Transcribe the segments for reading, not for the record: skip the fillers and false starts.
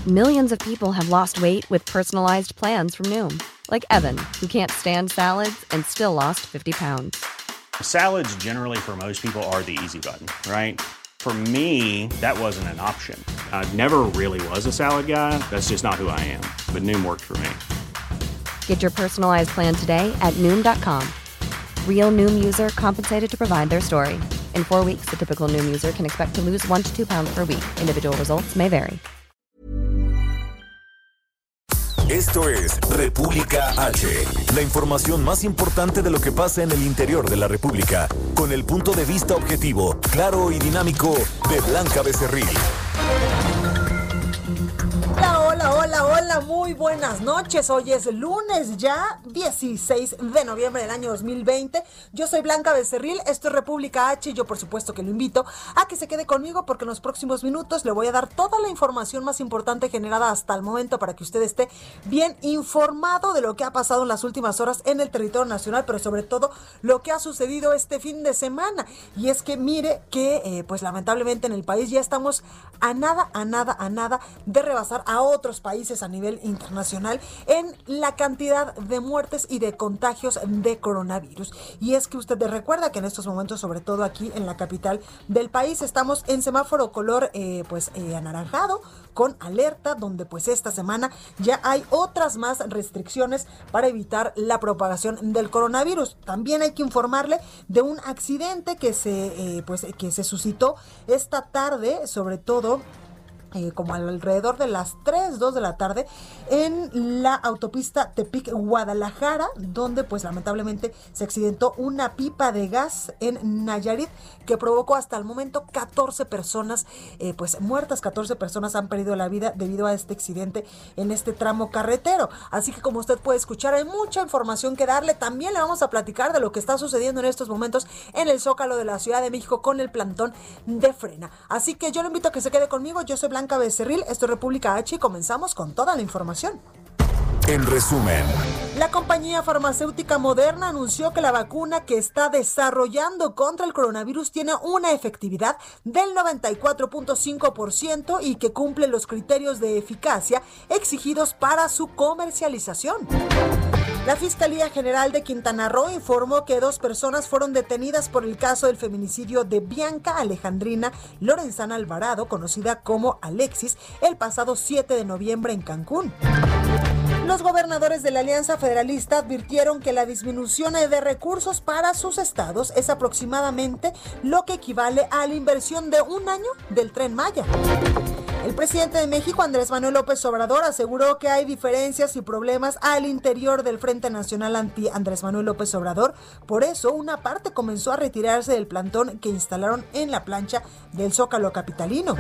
Millions of people have lost weight with personalized plans from Noom. Like Evan, who can't stand salads and still lost 50 pounds. Salads generally for most people are the easy button, right? For me, that wasn't an option. I never really was a salad guy. That's just not who I am. But Noom worked for me. Get your personalized plan today at Noom.com. Real Noom user compensated to provide their story. In 4 weeks, the typical Noom user can expect to lose 1 to 2 pounds per week. Individual results may vary. Esto es República H, la información más importante de lo que pasa en el interior de la República, con el punto de vista objetivo, claro y dinámico de Blanca Becerril. Hola, muy buenas noches. Hoy es lunes ya, 16 de noviembre del año 2020. Yo soy Blanca Becerril, esto es República H y yo por supuesto que lo invito a que se quede conmigo porque en los próximos minutos le voy a dar toda la información más importante generada hasta el momento para que usted esté bien informado de lo que ha pasado en las últimas horas en el territorio nacional, pero sobre todo lo que ha sucedido este fin de semana. Y es que mire que pues lamentablemente en el país ya estamos a nada de rebasar a otros países a nivel internacional en la cantidad de muertes y de contagios de coronavirus. Y es que usted recuerda que en estos momentos, sobre todo aquí en la capital del país, estamos en semáforo color anaranjado con alerta, donde pues esta semana ya hay otras más restricciones para evitar la propagación del coronavirus. También hay que informarle de un accidente que se suscitó esta tarde, sobre todo como alrededor de las 2 de la tarde en la autopista Tepic-Guadalajara, donde pues lamentablemente se accidentó una pipa de gas en Nayarit que provocó hasta el momento 14 personas muertas. 14 personas han perdido la vida debido a este accidente en este tramo carretero. Así que como usted puede escuchar, hay mucha información que darle. También le vamos a platicar de lo que está sucediendo en estos momentos en el Zócalo de la Ciudad de México con el plantón de Frena. Así que yo lo invito a que se quede conmigo. Yo soy Blanca Becerril, esto es República H y comenzamos con toda la información. En resumen, la compañía farmacéutica Moderna anunció que la vacuna que está desarrollando contra el coronavirus tiene una efectividad del 94.5% y que cumple los criterios de eficacia exigidos para su comercialización. La Fiscalía General de Quintana Roo informó que 2 personas fueron detenidas por el caso del feminicidio de Bianca Alejandrina Lorenzana Alvarado, conocida como Alexis, el pasado 7 de noviembre en Cancún. Los gobernadores de la Alianza Federalista advirtieron que la disminución de recursos para sus estados es aproximadamente lo que equivale a la inversión de un año del Tren Maya. El presidente de México, Andrés Manuel López Obrador, aseguró que hay diferencias y problemas al interior del Frente Nacional anti Andrés Manuel López Obrador. Por eso, una parte comenzó a retirarse del plantón que instalaron en la plancha del Zócalo capitalino.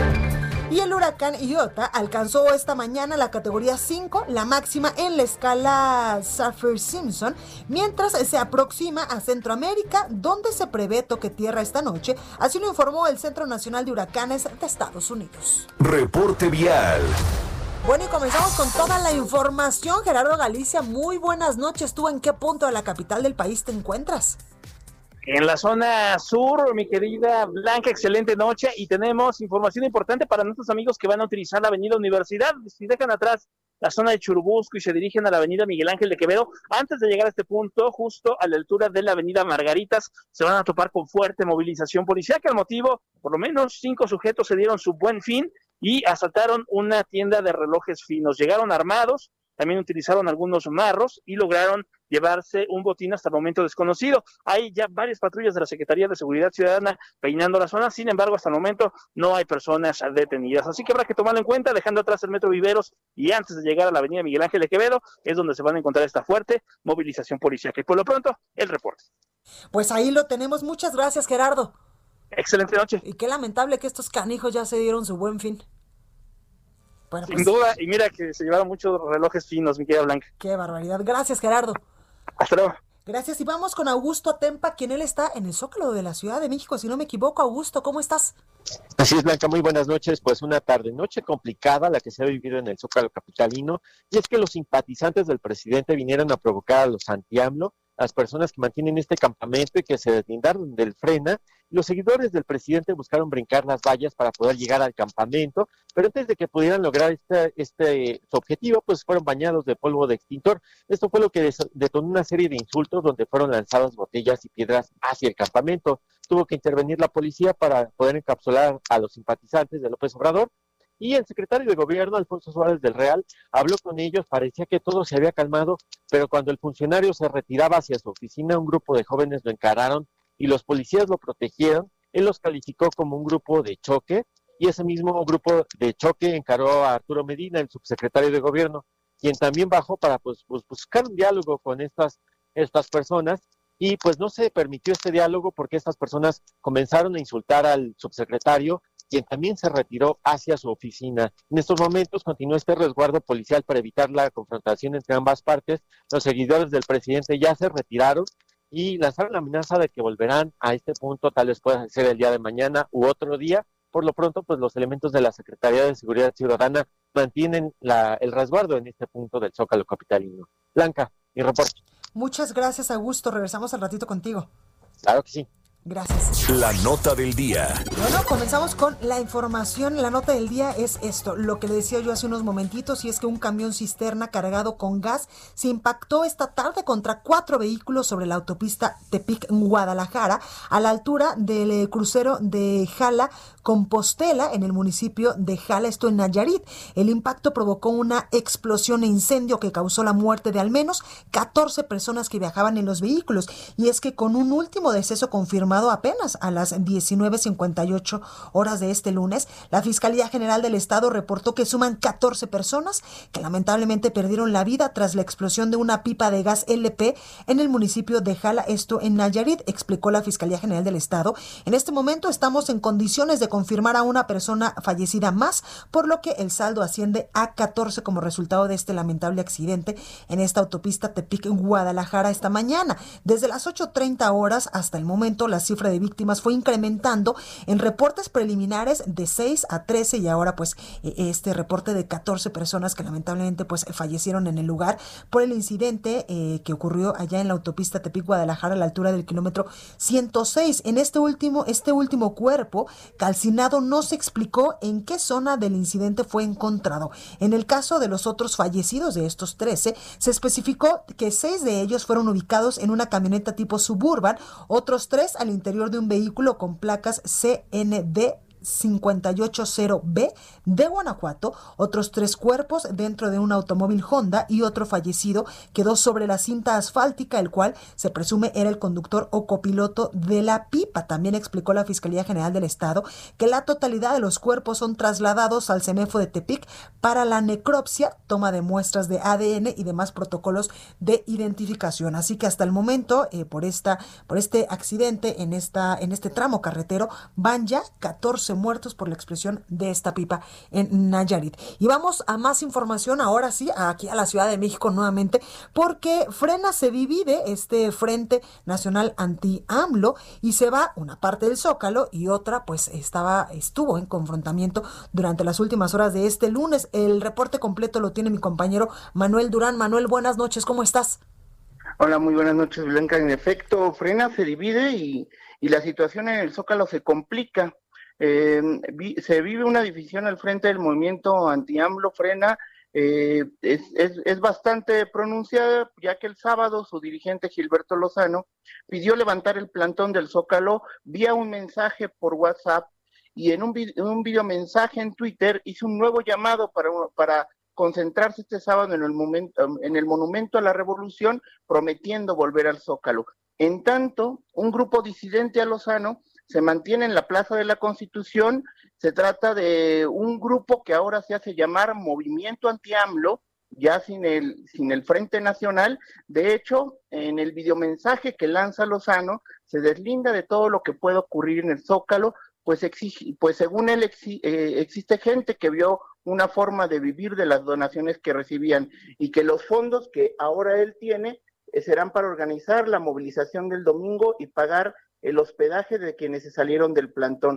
Y el huracán Iota alcanzó esta mañana la categoría 5, la máxima en la escala Saffir-Simpson, mientras se aproxima a Centroamérica, donde se prevé toque tierra esta noche. Así lo informó el Centro Nacional de Huracanes de Estados Unidos. reporte vial. Bueno, y comenzamos con toda la información. Gerardo Galicia, muy buenas noches. ¿Tú en qué punto de la capital del país te encuentras? En la zona sur, mi querida Blanca, excelente noche y tenemos información importante para nuestros amigos que van a utilizar la avenida Universidad. Si dejan atrás la zona de Churubusco y se dirigen a la avenida Miguel Ángel de Quevedo, antes de llegar a este punto, justo a la altura de la avenida Margaritas, se van a topar con fuerte movilización policial, que al motivo, por lo menos 5 sujetos se dieron su buen fin y asaltaron una tienda de relojes finos. Llegaron armados, también utilizaron algunos marros y lograron llevarse un botín hasta el momento desconocido. Hay ya varias patrullas de la Secretaría de Seguridad Ciudadana peinando la zona, sin embargo, hasta el momento no hay personas detenidas. Así que habrá que tomarlo en cuenta, dejando atrás el Metro Viveros y antes de llegar a la avenida Miguel Ángel de Quevedo, es donde se van a encontrar esta fuerte movilización policial. Y por lo pronto, el reporte. Pues ahí lo tenemos. Muchas gracias, Gerardo. Excelente noche. Y qué lamentable que estos canijos ya se dieron su buen fin. Bueno, sin duda, y mira que se llevaron muchos relojes finos, mi querida Blanca. Qué barbaridad. Gracias, Gerardo. Hasta luego. Gracias, y vamos con Augusto Atempa, quien él está en el Zócalo de la Ciudad de México, si no me equivoco. Augusto, ¿cómo estás? Así es, Blanca, muy buenas noches. Pues una noche complicada la que se ha vivido en el Zócalo capitalino, y es que los simpatizantes del presidente vinieron a provocar a los anti-AMLO las personas que mantienen este campamento y que se deslindaron del Frena. Los seguidores del presidente buscaron brincar las vallas para poder llegar al campamento, pero antes de que pudieran lograr su objetivo, pues fueron bañados de polvo de extintor. Esto fue lo que detonó una serie de insultos donde fueron lanzadas botellas y piedras hacia el campamento. Tuvo que intervenir la policía para poder encapsular a los simpatizantes de López Obrador. Y el secretario de Gobierno, Alfonso Suárez del Real, habló con ellos, parecía que todo se había calmado, pero cuando el funcionario se retiraba hacia su oficina, un grupo de jóvenes lo encararon y los policías lo protegieron. Él los calificó como un grupo de choque, y ese mismo grupo de choque encaró a Arturo Medina, el subsecretario de Gobierno, quien también bajó para buscar un diálogo con estas personas, y pues no se permitió este diálogo porque estas personas comenzaron a insultar al subsecretario, quien también se retiró hacia su oficina. En estos momentos continúa este resguardo policial para evitar la confrontación entre ambas partes. Los seguidores del presidente ya se retiraron y lanzaron la amenaza de que volverán a este punto, tal vez pueda ser el día de mañana u otro día. Por lo pronto, pues los elementos de la Secretaría de Seguridad Ciudadana mantienen el resguardo en este punto del Zócalo capitalino. Blanca, mi reporte. Muchas gracias, Augusto. Regresamos al ratito contigo. Claro que sí. Gracias. La nota del día. Bueno, comenzamos con la información. La nota del día es esto, lo que le decía yo hace unos momentitos, y es que un camión cisterna cargado con gas se impactó esta tarde contra 4 vehículos sobre la autopista Tepic-Guadalajara, a la altura del crucero de Jala-Compostela, en el municipio de Jala, esto en Nayarit. El impacto provocó una explosión e incendio que causó la muerte de al menos 14 personas que viajaban en los vehículos, y es que con un último deceso confirmado apenas a las 19:58 horas de este lunes, la Fiscalía General del Estado reportó que suman 14 personas que lamentablemente perdieron la vida tras la explosión de una pipa de gas LP en el municipio de Jala, esto en Nayarit, explicó la Fiscalía General del Estado. En este momento estamos en condiciones de confirmar a una persona fallecida más, por lo que el saldo asciende a 14 como resultado de este lamentable accidente en esta autopista Tepic-Guadalajara esta mañana. Desde las 8:30 horas hasta el momento, la cifra de víctimas fue incrementando en reportes preliminares de 6 a 13 y ahora pues este reporte de 14 personas que lamentablemente pues fallecieron en el lugar por el incidente que ocurrió allá en la autopista Tepic-Guadalajara a la altura del kilómetro 106. En este último cuerpo calcinado no se explicó en qué zona del incidente fue encontrado. En el caso de los otros fallecidos, de estos 13, se especificó que 6 de ellos fueron ubicados en una camioneta tipo Suburban, otros 3 al interior de un vehículo con placas CND 580B de Guanajuato, otros 3 cuerpos dentro de un automóvil Honda y otro fallecido quedó sobre la cinta asfáltica, el cual se presume era el conductor o copiloto de la pipa. También explicó la Fiscalía General del Estado que la totalidad de los cuerpos son trasladados al CEMEFO de Tepic para la necropsia, toma de muestras de ADN y demás protocolos de identificación. Así que hasta el momento, por este accidente en este tramo carretero, van ya 14 muertos por la explosión de esta pipa en Nayarit. Y vamos a más información ahora sí, aquí a la Ciudad de México nuevamente, porque Frena se divide, este Frente Nacional Anti-AMLO, y se va una parte del Zócalo y otra pues estuvo en confrontamiento durante las últimas horas de este lunes. El reporte completo lo tiene mi compañero Manuel Durán. Manuel, buenas noches, ¿cómo estás? Hola, muy buenas noches, Blanca. En efecto, Frena se divide y la situación en el Zócalo se complica. Se vive una división al frente del movimiento anti-AMLO. Frena es bastante pronunciada, ya que el sábado su dirigente Gilberto Lozano pidió levantar el plantón del Zócalo vía un mensaje por WhatsApp, y en un videomensaje en Twitter hizo un nuevo llamado para concentrarse este sábado en el Monumento a la Revolución, prometiendo volver al Zócalo. En tanto, un grupo disidente a Lozano se mantiene en la Plaza de la Constitución. Se trata de un grupo que ahora se hace llamar Movimiento Anti-AMLO, ya sin el Frente Nacional. De hecho, en el videomensaje que lanza Lozano, se deslinda de todo lo que puede ocurrir en el Zócalo, pues según él existe gente que vio una forma de vivir de las donaciones que recibían, y que los fondos que ahora él tiene serán para organizar la movilización del domingo y pagar el hospedaje de quienes se salieron del plantón.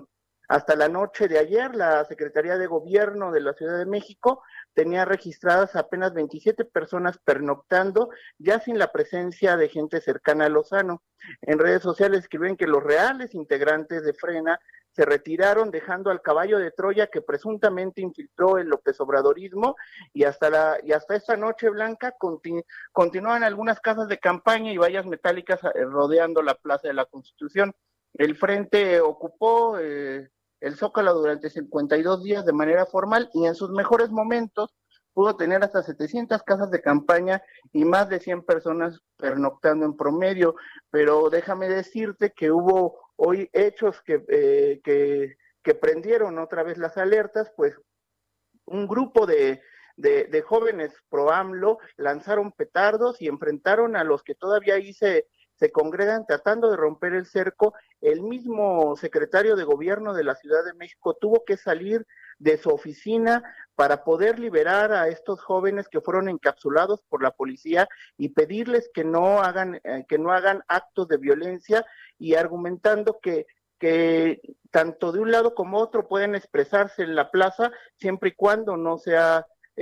Hasta la noche de ayer, la Secretaría de Gobierno de la Ciudad de México tenía registradas apenas 27 personas pernoctando, ya sin la presencia de gente cercana a Lozano. En redes sociales escriben que los reales integrantes de Frena se retiraron dejando al caballo de Troya que presuntamente infiltró el López Obradorismo y hasta esta noche, Blanca, continúan algunas casas de campaña y vallas metálicas rodeando la Plaza de la Constitución. El Frente ocupó el Zócalo durante 52 días de manera formal y en sus mejores momentos pudo tener hasta 700 casas de campaña y más de 100 personas pernoctando en promedio, pero déjame decirte que hubo hoy hechos que prendieron otra vez las alertas, pues un grupo de jóvenes pro AMLO lanzaron petardos y enfrentaron a los que todavía ahí se congregan tratando de romper el cerco. El mismo secretario de Gobierno de la Ciudad de México tuvo que salir de su oficina para poder liberar a estos jóvenes que fueron encapsulados por la policía y pedirles que no hagan actos de violencia y argumentando que tanto de un lado como otro pueden expresarse en la plaza siempre y cuando no sea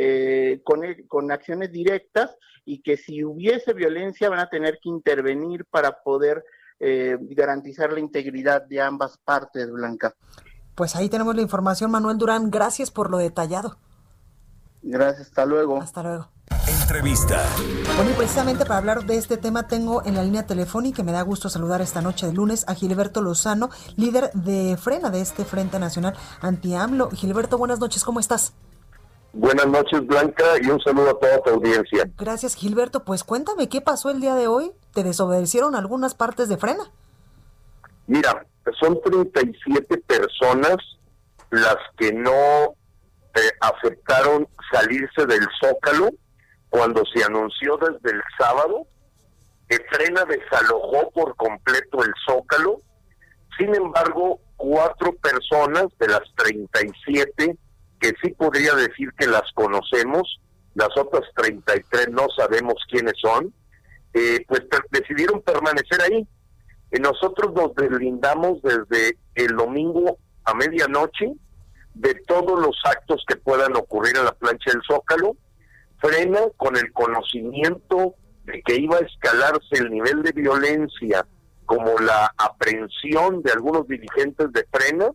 con acciones directas y que si hubiese violencia van a tener que intervenir para poder garantizar la integridad de ambas partes, Blanca. Pues ahí tenemos la información, Manuel Durán. Gracias por lo detallado. Gracias, hasta luego. Hasta luego. Entrevista. Bueno, y precisamente para hablar de este tema tengo en la línea telefónica, me da gusto saludar esta noche de lunes a Gilberto Lozano, líder de Frena, de este Frente Nacional Anti-AMLO. Gilberto, buenas noches, ¿cómo estás? Buenas noches, Blanca, y un saludo a toda tu audiencia. Gracias, Gilberto. Pues cuéntame, ¿qué pasó el día de hoy? ¿Te desobedecieron algunas partes de Frena? Mira, son 37 personas las que no aceptaron salirse del Zócalo cuando se anunció desde el sábado. Frena desalojó por completo el Zócalo. Sin embargo, 4 personas de las 37 que sí podría decir que las conocemos, las otras 33 no sabemos quiénes son, pues decidieron permanecer ahí. Nosotros nos deslindamos desde el domingo a medianoche de todos los actos que puedan ocurrir en la plancha del Zócalo. Frena, con el conocimiento de que iba a escalarse el nivel de violencia, como la aprehensión de algunos dirigentes de Frena,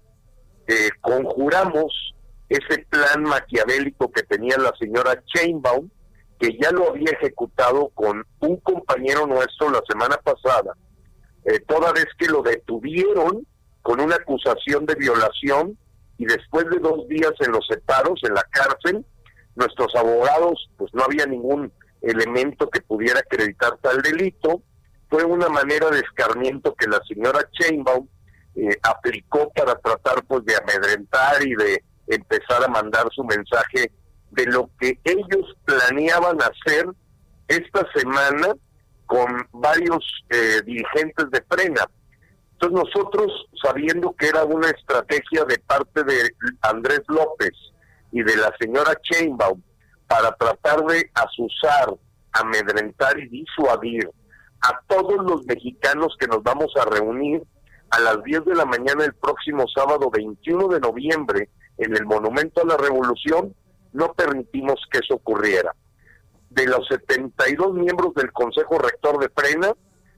conjuramos ese plan maquiavélico que tenía la señora Sheinbaum, que ya lo había ejecutado con un compañero nuestro la semana pasada, toda vez que lo detuvieron con una acusación de violación y después de 2 días en los separos, en la cárcel, nuestros abogados, pues no había ningún elemento que pudiera acreditar tal delito. Fue una manera de escarmiento que la señora Sheinbaum aplicó para tratar pues de amedrentar y de empezar a mandar su mensaje de lo que ellos planeaban hacer esta semana con varios dirigentes de Frena. Entonces nosotros, sabiendo que era una estrategia de parte de Andrés López y de la señora Sheinbaum para tratar de asusar, amedrentar y disuadir a todos los mexicanos que nos vamos a reunir a las 10 de la mañana el próximo sábado 21 de noviembre en el Monumento a la Revolución, no permitimos que eso ocurriera. De los 72 miembros del Consejo Rector de Frena,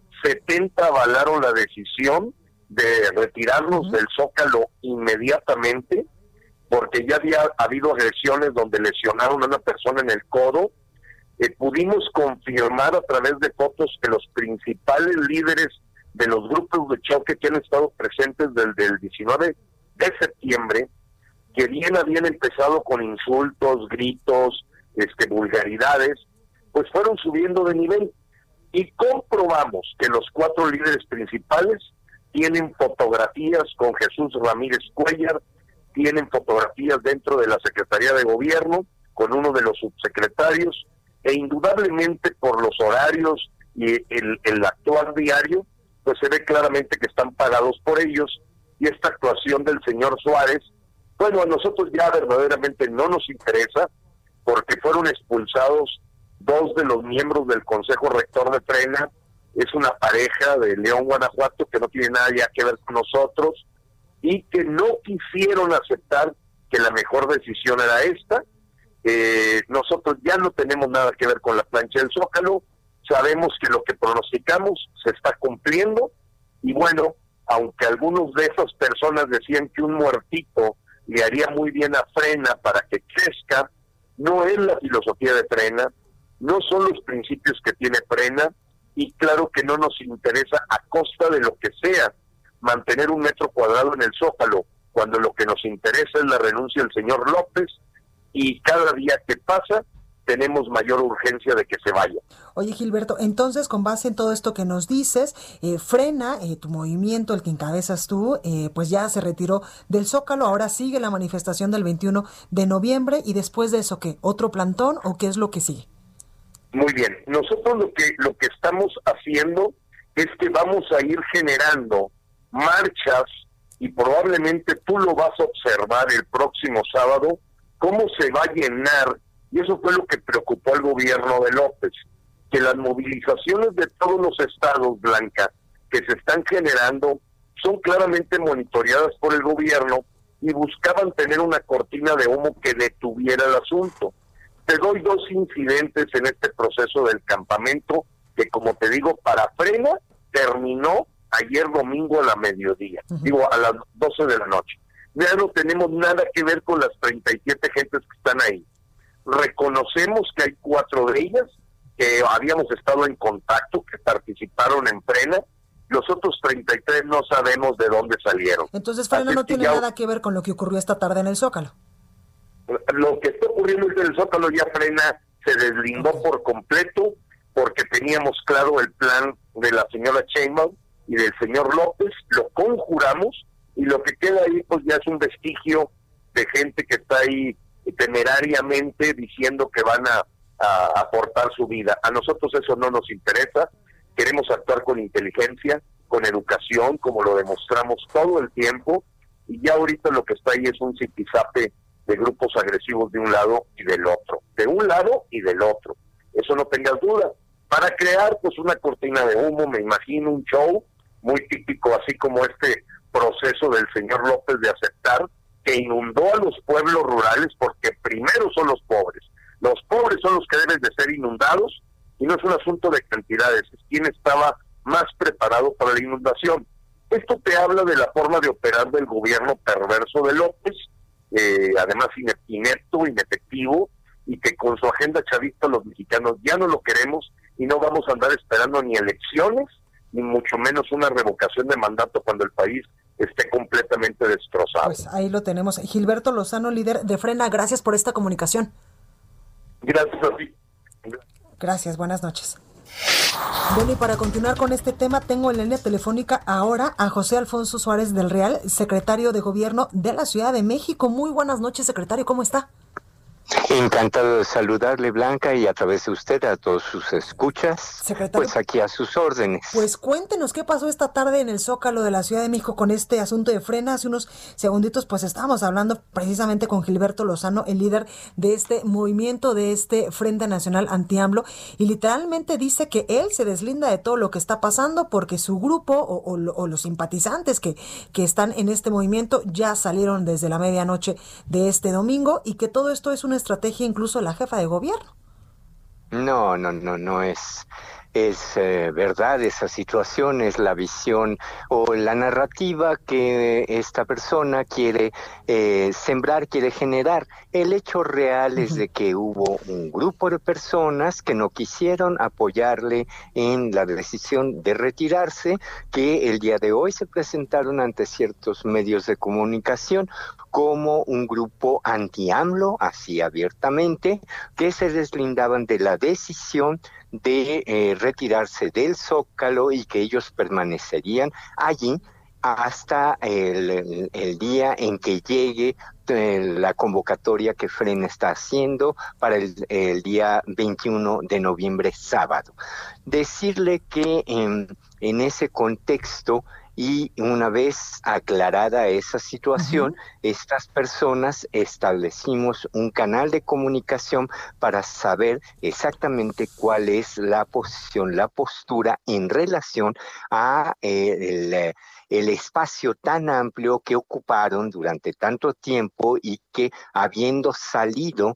70 avalaron la decisión de retirarnos del Zócalo inmediatamente, porque ya había habido agresiones donde lesionaron a una persona en el codo. Pudimos confirmar a través de fotos que los principales líderes de los grupos de choque que han estado presentes desde el 19 de septiembre, que bien habían empezado con insultos, gritos, vulgaridades, pues fueron subiendo de nivel. Y comprobamos que los 4 líderes principales tienen fotografías con Jesús Ramírez Cuellar, tienen fotografías dentro de la Secretaría de Gobierno con uno de los subsecretarios, e indudablemente por los horarios y el actuar diario, pues se ve claramente que están pagados por ellos. Y esta actuación del señor Suárez, bueno, a nosotros ya verdaderamente no nos interesa, porque fueron expulsados 2 de los miembros del Consejo Rector de Frena. Es una pareja de León, Guanajuato, que no tiene nada ya que ver con nosotros. y que no quisieron aceptar que la mejor decisión era esta. Nosotros ya no tenemos nada que ver con la plancha del Zócalo, sabemos que lo que pronosticamos se está cumpliendo, y bueno, aunque algunos de esas personas decían que un muertito le haría muy bien a Frena para que crezca, no es la filosofía de Frena, no son los principios que tiene Frena, y claro que no nos interesa a costa de lo que sea mantener 1 metro cuadrado en el Zócalo, cuando lo que nos interesa es la renuncia del señor López, y cada día que pasa tenemos mayor urgencia de que se vaya. Oye, Gilberto, entonces, con base en todo esto que nos dices, Frena, tu movimiento, el que encabezas tú, pues ya se retiró del Zócalo, ahora sigue la manifestación del 21 de noviembre, y después de eso, ¿qué? ¿Otro plantón o qué es lo que sigue? Muy bien, nosotros lo que estamos haciendo es que vamos a ir generando marchas, y probablemente tú lo vas a observar el próximo sábado, cómo se va a llenar, y eso fue lo que preocupó al gobierno de López, que las movilizaciones de todos los estados, Blanca, que se están generando, son claramente monitoreadas por el gobierno y buscaban tener una cortina de humo que detuviera el asunto. Te doy 2 incidentes en este proceso del campamento, que como te digo, para Frena terminó ayer domingo a la mediodía, a las 12 de la noche. Ya no tenemos nada que ver con las 37 gentes que están ahí. Reconocemos que hay 4 de ellas que habíamos estado en contacto, que participaron en Frena. Los otros 33 no sabemos de dónde salieron. Entonces, Frena no tiene nada que ver con lo que ocurrió esta tarde en el Zócalo. Lo que está ocurriendo en el Zócalo, ya Frena se deslindó por completo, porque teníamos claro el plan de la señora Sheinbaum y del señor López, lo conjuramos, y lo que queda ahí pues ya es un vestigio de gente que está ahí temerariamente diciendo que van a aportar su vida. A nosotros eso no nos interesa, queremos actuar con inteligencia, con educación, como lo demostramos todo el tiempo, y ya ahorita lo que está ahí es un zipizape de grupos agresivos de un lado y del otro, de un lado y del otro, eso no tengas duda, para crear pues una cortina de humo, me imagino un show muy típico, así como este proceso del señor López de aceptar que inundó a los pueblos rurales, porque primero son los pobres son los que deben de ser inundados, y no es un asunto de cantidades, es quien estaba más preparado para la inundación. Esto te habla de la forma de operar del gobierno perverso de López, además inepto, inefectivo, y que con su agenda chavista los mexicanos ya no lo queremos, y no vamos a andar esperando ni elecciones, ni mucho menos una revocación de mandato cuando el país esté completamente destrozado. Pues ahí lo tenemos. Gilberto Lozano, líder de Frena, gracias por esta comunicación. Gracias a ti. Gracias, buenas noches. Bueno, y para continuar con este tema, tengo en la línea telefónica ahora a José Alfonso Suárez del Real, secretario de Gobierno de la Ciudad de México. Muy buenas noches, secretario, ¿cómo está? Encantado de saludarle, Blanca, y a través de usted a todos sus escuchas, secretario, pues aquí a sus órdenes. Pues cuéntenos qué pasó esta tarde en el Zócalo de la Ciudad de México con este asunto de Frena. Hace unos segunditos pues estábamos hablando precisamente con Gilberto Lozano, el líder de este movimiento, de este Frente Nacional Anti-AMLO, y literalmente dice que él se deslinda de todo lo que está pasando porque su grupo o los simpatizantes que están en este movimiento ya salieron desde la medianoche de este domingo, y que todo esto es una estrategia incluso de la jefa de gobierno. No es verdad esa situación, es la visión o la narrativa que esta persona quiere sembrar, quiere generar. El hecho real es de que hubo un grupo de personas que no quisieron apoyarle en la decisión de retirarse, que el día de hoy se presentaron ante ciertos medios de comunicación como un grupo anti-AMLO, así abiertamente, que se deslindaban de la decisión de retirarse del Zócalo y que ellos permanecerían allí hasta el día en que llegue la convocatoria que Frena está haciendo para el día 21 de noviembre, sábado. Decirle que en ese contexto y una vez aclarada esa situación, estas personas establecimos un canal de comunicación para saber exactamente cuál es la posición, la postura en relación a el espacio tan amplio que ocuparon durante tanto tiempo y que habiendo salido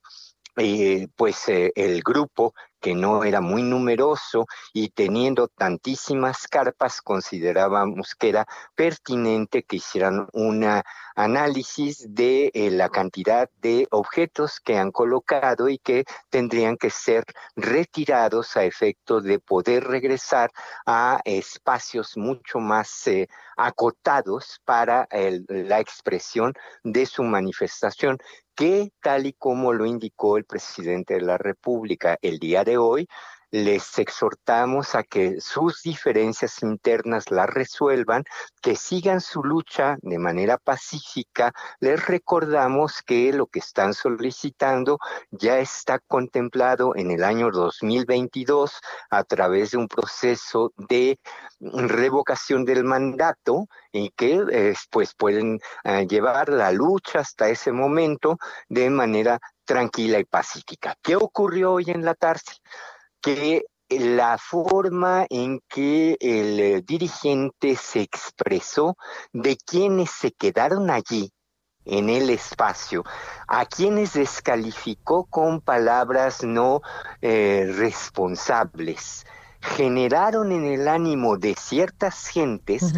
el grupo, que no era muy numeroso y teniendo tantísimas carpas, considerábamos que era pertinente que hicieran un análisis de la cantidad de objetos que han colocado y que tendrían que ser retirados a efecto de poder regresar a espacios mucho más acotados para la expresión de su manifestación, que tal y como lo indicó el presidente de la República el día de hoy, les exhortamos a que sus diferencias internas las resuelvan, que sigan su lucha de manera pacífica. Les recordamos que lo que están solicitando ya está contemplado en el año 2022 a través de un proceso de revocación del mandato y que pues pueden llevar la lucha hasta ese momento de manera tranquila y pacífica. ¿Qué ocurrió hoy en la tarde? Que la forma en que el dirigente se expresó de quienes se quedaron allí en el espacio, a quienes descalificó con palabras no responsables, generaron en el ánimo de ciertas gentes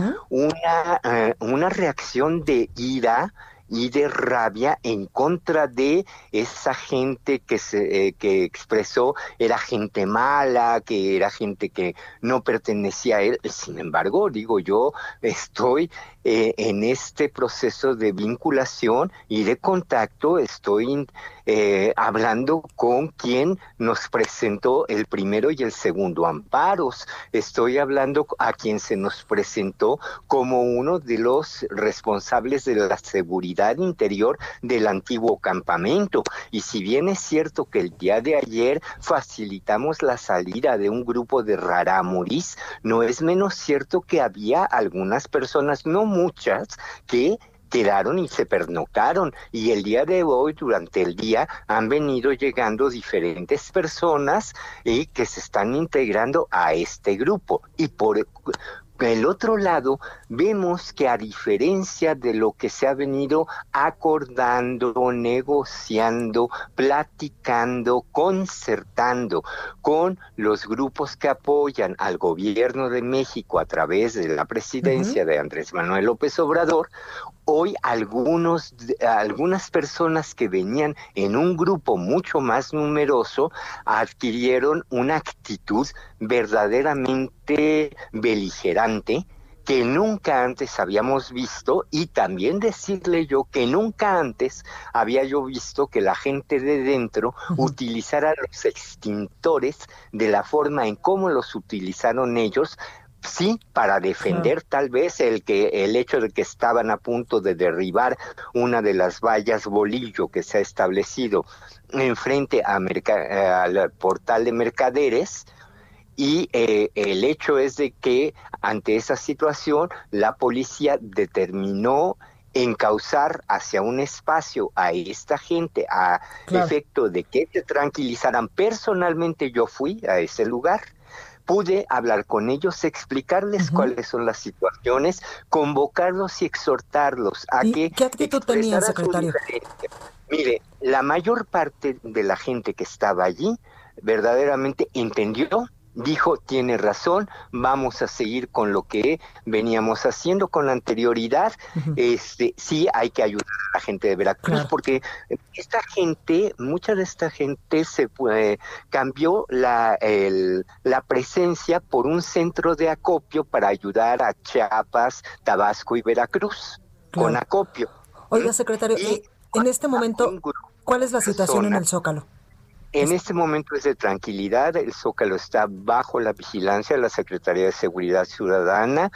una reacción de ira y de rabia en contra de esa gente que expresó era gente mala, que era gente que no pertenecía a él. Sin embargo, digo, yo estoy en este proceso de vinculación y de contacto, estoy hablando con quien nos presentó el primero y el segundo amparos, estoy hablando a quien se nos presentó como uno de los responsables de la seguridad interior del antiguo campamento. Y si bien es cierto que el día de ayer facilitamos la salida de un grupo de rarámuris, no es menos cierto que había algunas personas, no muchas, que quedaron y se pernoctaron, y el día de hoy, durante el día, han venido llegando diferentes personas que se están integrando a este grupo. Y por el otro lado, vemos que a diferencia de lo que se ha venido acordando, negociando, platicando, concertando con los grupos que apoyan al gobierno de México a través de la presidencia de Andrés Manuel López Obrador, hoy algunas personas que venían en un grupo mucho más numeroso adquirieron una actitud verdaderamente beligerante que nunca antes habíamos visto, y también decirle yo que nunca antes había yo visto que la gente de dentro utilizara los extintores de la forma en cómo los utilizaron ellos. Sí, para defender tal vez el hecho de que estaban a punto de derribar una de las vallas bolillo que se ha establecido enfrente al portal de mercaderes, y el hecho es de que ante esa situación la policía determinó encauzar hacia un espacio a esta gente a efecto de que se tranquilizaran. Personalmente yo fui a ese lugar, pude hablar con ellos, explicarles cuáles son las situaciones, convocarlos y exhortarlos a que... ¿Qué actitud tenía, secretario? Mire, la mayor parte de la gente que estaba allí verdaderamente entendió, dijo, tiene razón, vamos a seguir con lo que veníamos haciendo con anterioridad. Sí, hay que ayudar a la gente de Veracruz, porque mucha de esta gente se cambió la presencia por un centro de acopio para ayudar a Chiapas, Tabasco y Veracruz con acopio. Oiga, secretario, en este momento, ¿cuál es la situación en el Zócalo? En este momento es de tranquilidad, el Zócalo está bajo la vigilancia de la Secretaría de Seguridad Ciudadana,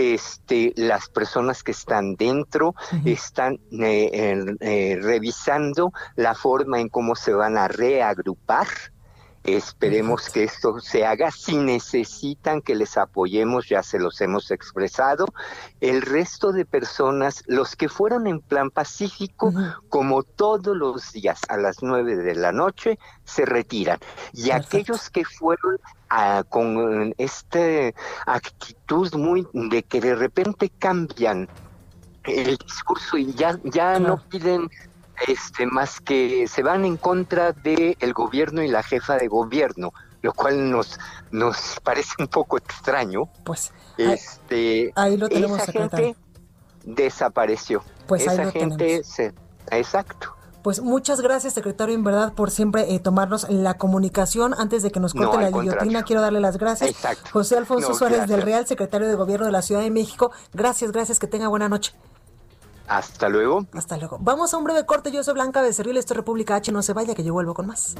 las personas que están dentro están revisando la forma en cómo se van a reagrupar Esperemos que esto se haga. Si necesitan que les apoyemos, ya se los hemos expresado. El resto de personas, los que fueron en plan pacífico, como todos los días a las 9 de la noche, se retiran. Y aquellos que fueron con esta actitud muy de que de repente cambian el discurso y ya no piden más que se van en contra del gobierno y la jefa de gobierno, lo cual nos parece un poco extraño. Pues ahí lo tenemos, esa secretario. gente desapareció. Pues esa ahí lo gente tenemos. Exacto. Pues muchas gracias, secretario, en verdad, por siempre tomarnos la comunicación. Antes de que nos corte la guillotina, quiero darle las gracias. Exacto. José Alfonso Suárez gracias. del Real, secretario de Gobierno de la Ciudad de México. Gracias, que tenga buena noche. Hasta luego. Hasta luego. Vamos a un breve corte. Yo soy Blanca Becerril, esto es República H. No se vaya, que yo vuelvo con más.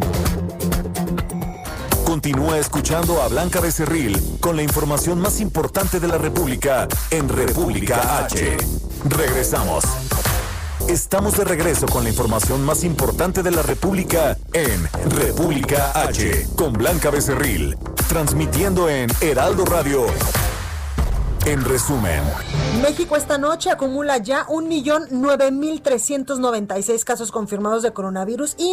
Continúa escuchando a Blanca Becerril con la información más importante de la República en República H. Regresamos. Estamos de regreso con la información más importante de la República en República H con Blanca Becerril, transmitiendo en Heraldo Radio. En resumen, México esta noche acumula ya 1,009,396 casos confirmados de coronavirus y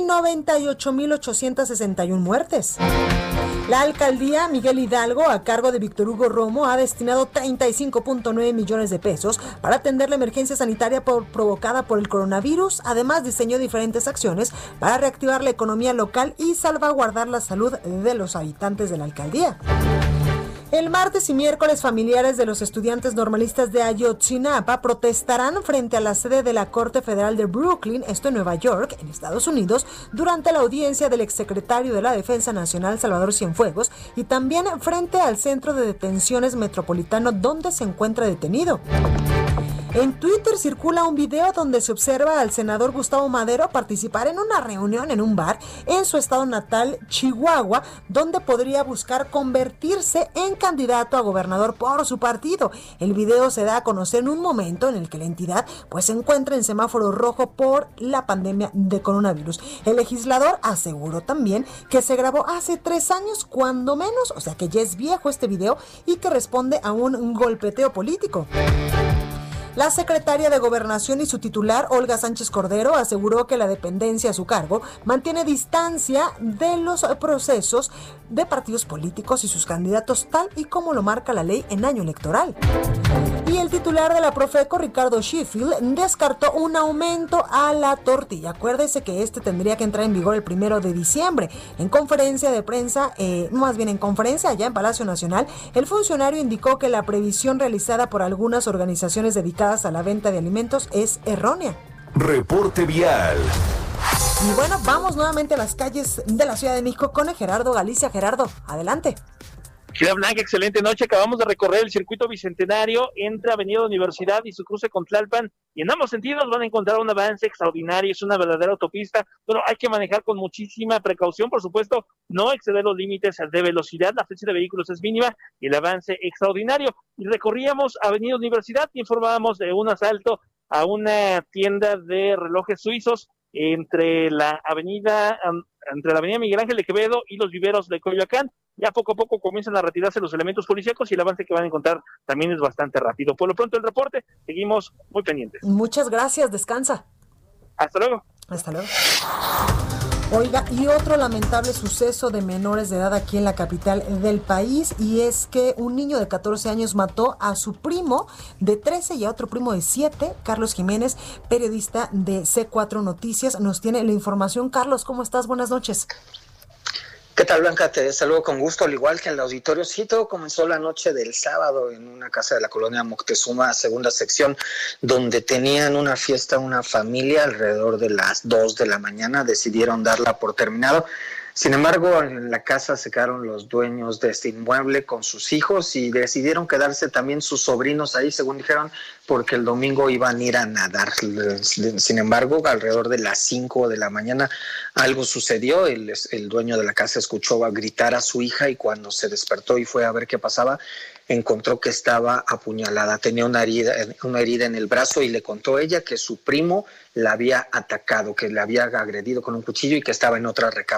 98,861 muertes. La alcaldía Miguel Hidalgo, a cargo de Víctor Hugo Romo, ha destinado 35.9 millones de pesos para atender la emergencia sanitaria provocada por el coronavirus. Además, diseñó diferentes acciones para reactivar la economía local y salvaguardar la salud de los habitantes de la alcaldía. El martes y miércoles, familiares de los estudiantes normalistas de Ayotzinapa protestarán frente a la sede de la Corte Federal de Brooklyn, esto en Nueva York, en Estados Unidos, durante la audiencia del exsecretario de la Defensa Nacional, Salvador Cienfuegos, y también frente al Centro de Detenciones Metropolitano, donde se encuentra detenido. En Twitter circula un video donde se observa al senador Gustavo Madero participar en una reunión en un bar en su estado natal, Chihuahua, donde podría buscar convertirse en candidato a gobernador por su partido. El video se da a conocer en un momento en el que la entidad se encuentra en semáforo rojo por la pandemia de coronavirus. El legislador aseguró también que se grabó hace 3 años, cuando menos, o sea que ya es viejo este video y que responde a un golpeteo político. La secretaria de Gobernación y su titular, Olga Sánchez Cordero, aseguró que la dependencia a su cargo mantiene distancia de los procesos de partidos políticos y sus candidatos, tal y como lo marca la ley en año electoral. Y el titular de la Profeco, Ricardo Sheffield, descartó un aumento a la tortilla. Acuérdese que este tendría que entrar en vigor el 1 de diciembre. En conferencia de prensa, en conferencia allá en Palacio Nacional, el funcionario indicó que la previsión realizada por algunas organizaciones dedicadas a la venta de alimentos es errónea. Reporte vial. Y bueno, vamos nuevamente a las calles de la Ciudad de México con Gerardo Galicia. Gerardo, adelante. Ciudad Blanca, excelente noche. Acabamos de recorrer el circuito bicentenario entre Avenida Universidad y su cruce con Tlalpan, y en ambos sentidos van a encontrar un avance extraordinario. Es una verdadera autopista, pero hay que manejar con muchísima precaución, por supuesto, no exceder los límites de velocidad. La afluencia de vehículos es mínima y el avance extraordinario. Y recorríamos Avenida Universidad y informábamos de un asalto a una tienda de relojes suizos entre la avenida Miguel Ángel de Quevedo y los viveros de Coyoacán. Ya poco a poco comienzan a retirarse los elementos policíacos y el avance que van a encontrar también es bastante rápido. Por lo pronto el reporte, seguimos muy pendientes. Muchas gracias, descansa. Hasta luego. Hasta luego. Oiga, y otro lamentable suceso de menores de edad aquí en la capital del país, y es que un niño de 14 años mató a su primo de 13 y a otro primo de 7, Carlos Jiménez, periodista de C4 Noticias. Nos tiene la información. Carlos, ¿cómo estás? Buenas noches. ¿Qué tal, Blanca? Te saludo con gusto, al igual que en el auditorio. Sí, todo comenzó la noche del sábado en una casa de la colonia Moctezuma, segunda sección, donde tenían una fiesta una familia. Alrededor de las 2 de la mañana decidieron darla por terminado. Sin embargo, en la casa se quedaron los dueños de este inmueble con sus hijos y decidieron quedarse también sus sobrinos ahí, según dijeron, porque el domingo iban a ir a nadar. Sin embargo, alrededor de las 5 de la mañana algo sucedió. El dueño de la casa escuchó gritar a su hija y cuando se despertó y fue a ver qué pasaba, encontró que estaba apuñalada. Tenía una herida en el brazo y le contó ella que su primo la había atacado, que la había agredido con un cuchillo y que estaba en otra recámara. Cuando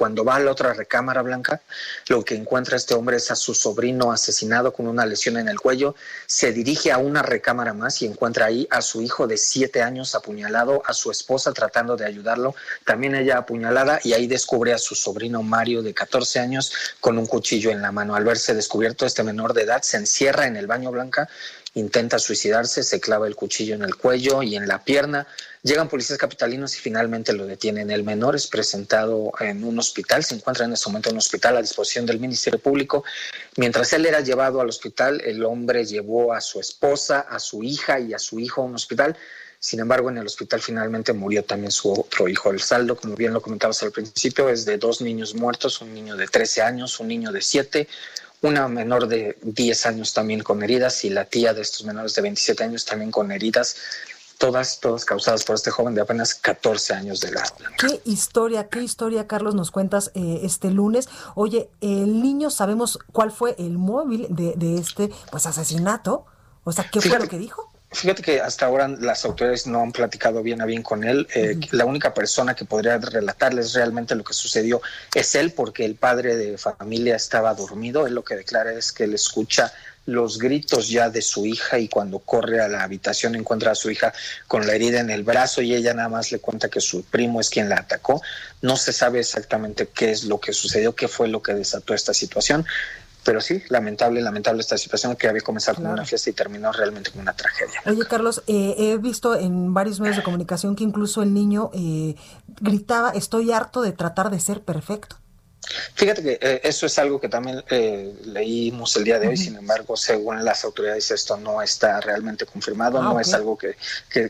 cuando va a la otra recámara, Blanca, lo que encuentra este hombre es a su sobrino asesinado con una lesión en el cuello. Se dirige a una recámara más y encuentra ahí a su hijo de 7 años apuñalado, a su esposa tratando de ayudarlo, también ella apuñalada, y ahí descubre a su sobrino Mario de 14 años con un cuchillo en la mano. Al verse descubierto, este menor de edad se encierra en el baño, Blanca, intenta suicidarse, se clava el cuchillo en el cuello y en la pierna. Llegan policías capitalinos y finalmente lo detienen. El menor es presentado en un hospital, se encuentra en este momento en un hospital a disposición del Ministerio Público. Mientras él era llevado al hospital, el hombre llevó a su esposa, a su hija y a su hijo a un hospital. Sin embargo, en el hospital finalmente murió también su otro hijo. El saldo, como bien lo comentabas al principio, es de 2 niños muertos, un niño de 13 años, un niño de 7, una menor de 10 años también con heridas y la tía de estos menores de 27 años también con heridas, todas causadas por este joven de apenas 14 años de edad. Qué historia, Carlos, nos cuentas este lunes. Oye, el niño, ¿sabemos cuál fue el móvil de este pues asesinato? O sea, ¿qué fue lo que dijo? Fíjate que hasta ahora las autoridades no han platicado bien a bien con él. La única persona que podría relatarles realmente lo que sucedió es él, porque el padre de familia estaba dormido. Él lo que declara es que él escucha los gritos ya de su hija y cuando corre a la habitación encuentra a su hija con la herida en el brazo y ella nada más le cuenta que su primo es quien la atacó. No se sabe exactamente qué es lo que sucedió, qué fue lo que desató esta situación. Pero sí, lamentable esta situación que había comenzado como una fiesta y terminó realmente como una tragedia. Oye, Carlos, he visto en varios medios de comunicación que incluso el niño gritaba, estoy harto de tratar de ser perfecto. Fíjate que eso es algo que también leímos el día de hoy, sin embargo, según las autoridades esto no está realmente confirmado, no es algo que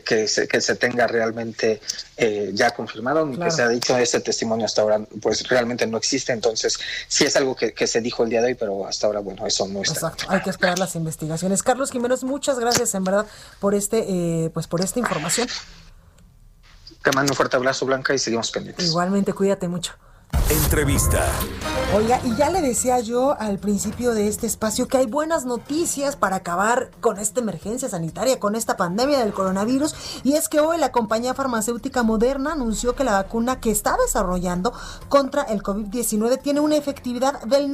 se tenga realmente ya confirmado, ni que se ha dicho. Ese testimonio hasta ahora pues realmente no existe, entonces sí es algo que se dijo el día de hoy, pero hasta ahora, bueno, eso no está. Exacto, hay que esperar las investigaciones. Carlos Jiménez, muchas gracias en verdad por por esta información. Te mando un fuerte abrazo, Blanca, y seguimos pendientes. Igualmente, cuídate mucho. Entrevista. Oiga, y ya le decía yo al principio de este espacio que hay buenas noticias para acabar con esta emergencia sanitaria, con esta pandemia del coronavirus, y es que hoy la compañía farmacéutica Moderna anunció que la vacuna que está desarrollando contra el COVID-19 tiene una efectividad del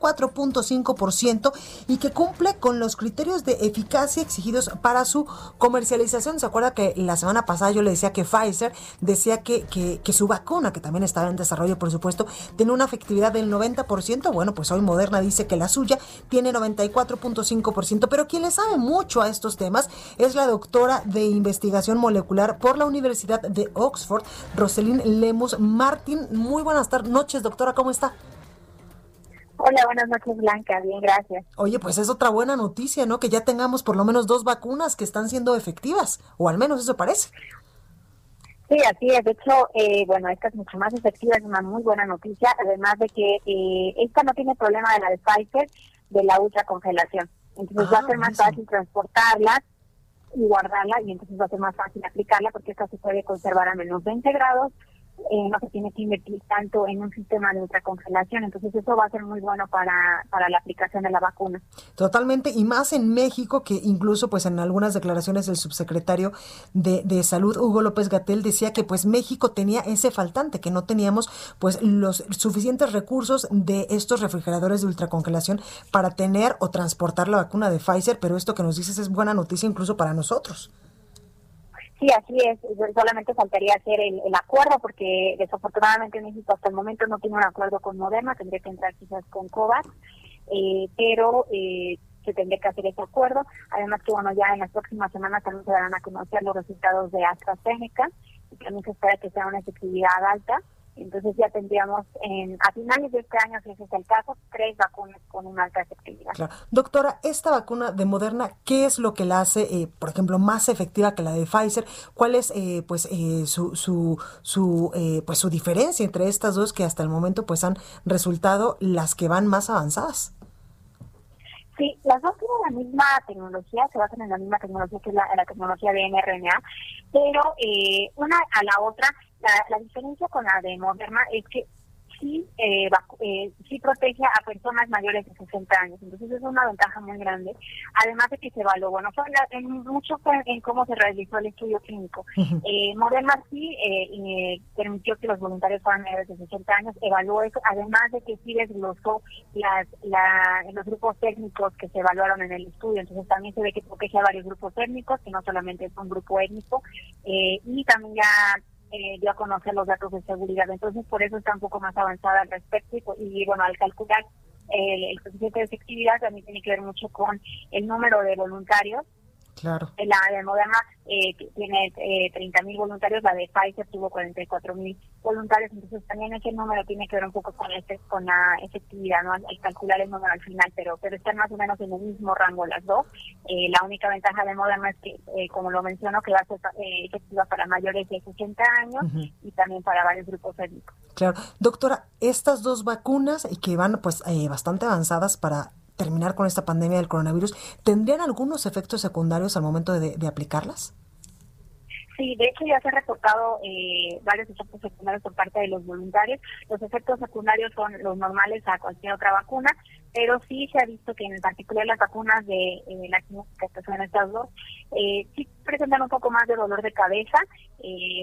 94.5% y que cumple con los criterios de eficacia exigidos para su comercialización. ¿Se acuerda que la semana pasada yo le decía que Pfizer decía que su vacuna, que también estaba en desarrollo, por supuesto, tiene una efectividad del 90%, bueno, pues hoy Moderna dice que la suya tiene 94.5%, pero quien le sabe mucho a estos temas es la doctora de investigación molecular por la Universidad de Oxford, Rosalind Lemus Martin. Muy buenas noches, doctora, ¿cómo está? Hola, buenas noches, Blanca, bien, gracias. Oye, pues es otra buena noticia, ¿no? Que ya tengamos por lo menos 2 vacunas que están siendo efectivas, o al menos eso parece. Sí, así es. De hecho, bueno, esta es mucho más efectiva, es una muy buena noticia, además de que esta no tiene problema de la de Pfizer, de la ultracongelación. Entonces va a ser más fácil transportarla y guardarla, y entonces va a ser más fácil aplicarla porque esta se puede conservar a menos 20 grados. No se tiene que invertir tanto en un sistema de ultracongelación, entonces eso va a ser muy bueno para la aplicación de la vacuna. Totalmente, y más en México, que incluso pues en algunas declaraciones el subsecretario de Salud, Hugo López-Gatell, decía que pues México tenía ese faltante, que no teníamos pues los suficientes recursos de estos refrigeradores de ultracongelación para tener o transportar la vacuna de Pfizer, pero esto que nos dices es buena noticia incluso para nosotros. Sí, así es. Solamente faltaría hacer el acuerdo porque desafortunadamente México hasta el momento no tiene un acuerdo con Moderna, tendría que entrar quizás con COVAX, pero se tendría que hacer ese acuerdo. Además que bueno, ya en las próximas semanas también se darán a conocer los resultados de AstraZeneca y también se espera que sea una efectividad alta. Entonces ya tendríamos a finales de este año, si ese es el caso, 3 vacunas con una alta efectividad. Claro. Doctora, esta vacuna de Moderna, ¿qué es lo que la hace, por ejemplo, más efectiva que la de Pfizer? ¿Cuál es su diferencia entre estas dos que hasta el momento pues han resultado las que van más avanzadas? Sí, las dos tienen la misma tecnología, se basan en la misma tecnología que es la tecnología de mRNA, pero una a la otra, la diferencia con la de Moderna es que sí protege a personas mayores de 60 años. Entonces es una ventaja muy grande. Además de que se evaluó, bueno, mucho fue en cómo se realizó el estudio clínico. Moderna sí permitió que los voluntarios fueran mayores de 60 años, evaluó eso, además de que sí desglosó los grupos técnicos que se evaluaron en el estudio. Entonces también se ve que protege a varios grupos técnicos, que no solamente es un grupo étnico, y también ya dio a conocer los datos de seguridad. Entonces por eso está un poco más avanzada al respecto, y bueno, al calcular el coeficiente de efectividad también tiene que ver mucho con el número de voluntarios. Claro. La de Moderna tiene 30,000 voluntarios, la de Pfizer tuvo 44,000 voluntarios, entonces también ese número tiene que ver un poco con la efectividad, ¿no? Al calcular el número al final, pero están más o menos en el mismo rango las dos. La única ventaja de Moderna es que, como lo menciono, que va a ser efectiva para mayores de 60 años y también para varios grupos étnicos. Claro. Doctora, estas dos vacunas que van pues bastante avanzadas para terminar con esta pandemia del coronavirus, ¿tendrían algunos efectos secundarios al momento de aplicarlas? Sí, de hecho ya se han reportado varios efectos secundarios por parte de los voluntarios. Los efectos secundarios son los normales a cualquier otra vacuna, pero sí se ha visto que en particular las vacunas de la química, que son estas dos, sí presentan un poco más de dolor de cabeza y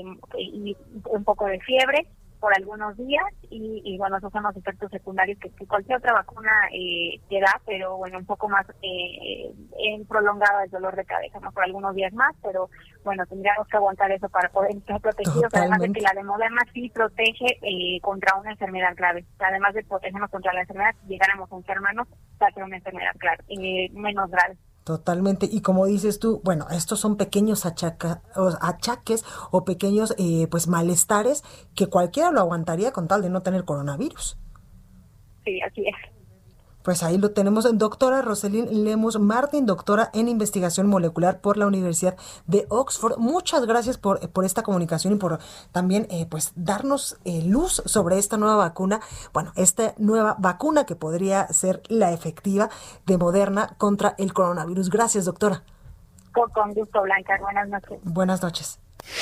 un poco de fiebre por algunos días, y bueno, esos son los efectos secundarios que cualquier otra vacuna te da, pero bueno, un poco más prolongado el dolor de cabeza, ¿no? Por algunos días más, pero bueno, tendríamos que aguantar eso para poder estar protegidos. Totalmente. Además de que la de Moderna sí protege contra una enfermedad grave, además de protegernos contra la enfermedad, si llegáramos a enfermarnos, va a ser una enfermedad grave, menos grave. Totalmente, y como dices tú, bueno, estos son pequeños achaques o pequeños pues malestares que cualquiera lo aguantaría con tal de no tener coronavirus. Sí, así es. Pues ahí lo tenemos, doctora Roselyn Lemus Martin, doctora en investigación molecular por la Universidad de Oxford. Muchas gracias por esta comunicación y por también pues darnos luz sobre esta nueva vacuna. Bueno, esta nueva vacuna que podría ser la efectiva de Moderna contra el coronavirus. Gracias, doctora. Con gusto, Blanca. Buenas noches. Buenas noches.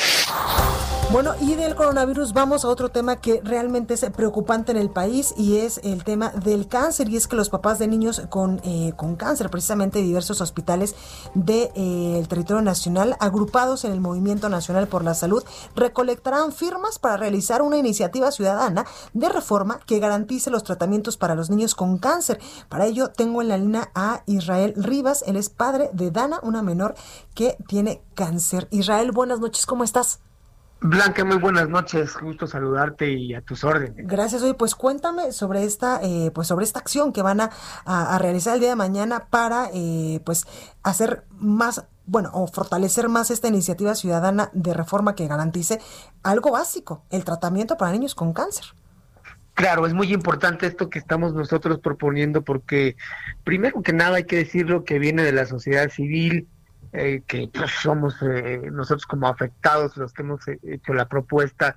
Bueno, y del coronavirus vamos a otro tema que realmente es preocupante en el país, y es el tema del cáncer. Y es que los papás de niños con cáncer, precisamente de diversos hospitales del territorio nacional, agrupados en el Movimiento Nacional por la Salud, recolectarán firmas para realizar una iniciativa ciudadana de reforma que garantice los tratamientos para los niños con cáncer. Para ello tengo en la línea a Israel Rivas. Él es padre de Dana, una menor que tiene cáncer. Israel, buenas noches, ¿cómo estás? Blanca, muy buenas noches, gusto saludarte y a tus órdenes. Gracias. Oye, pues cuéntame sobre esta acción que van a realizar el día de mañana para pues hacer más, bueno, o fortalecer más esta iniciativa ciudadana de reforma que garantice algo básico, el tratamiento para niños con cáncer. Claro, es muy importante esto que estamos nosotros proponiendo, porque primero que nada hay que decirlo que viene de la sociedad civil, que pues, somos nosotros como afectados los que hemos hecho la propuesta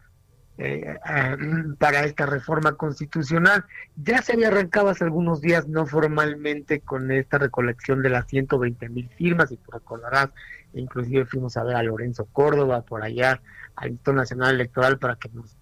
para esta reforma constitucional. Ya se había arrancado hace algunos días, no formalmente, con esta recolección de las 120,000 firmas, y tú recordarás, inclusive fuimos a ver a Lorenzo Córdoba por allá al Instituto Nacional Electoral para que nos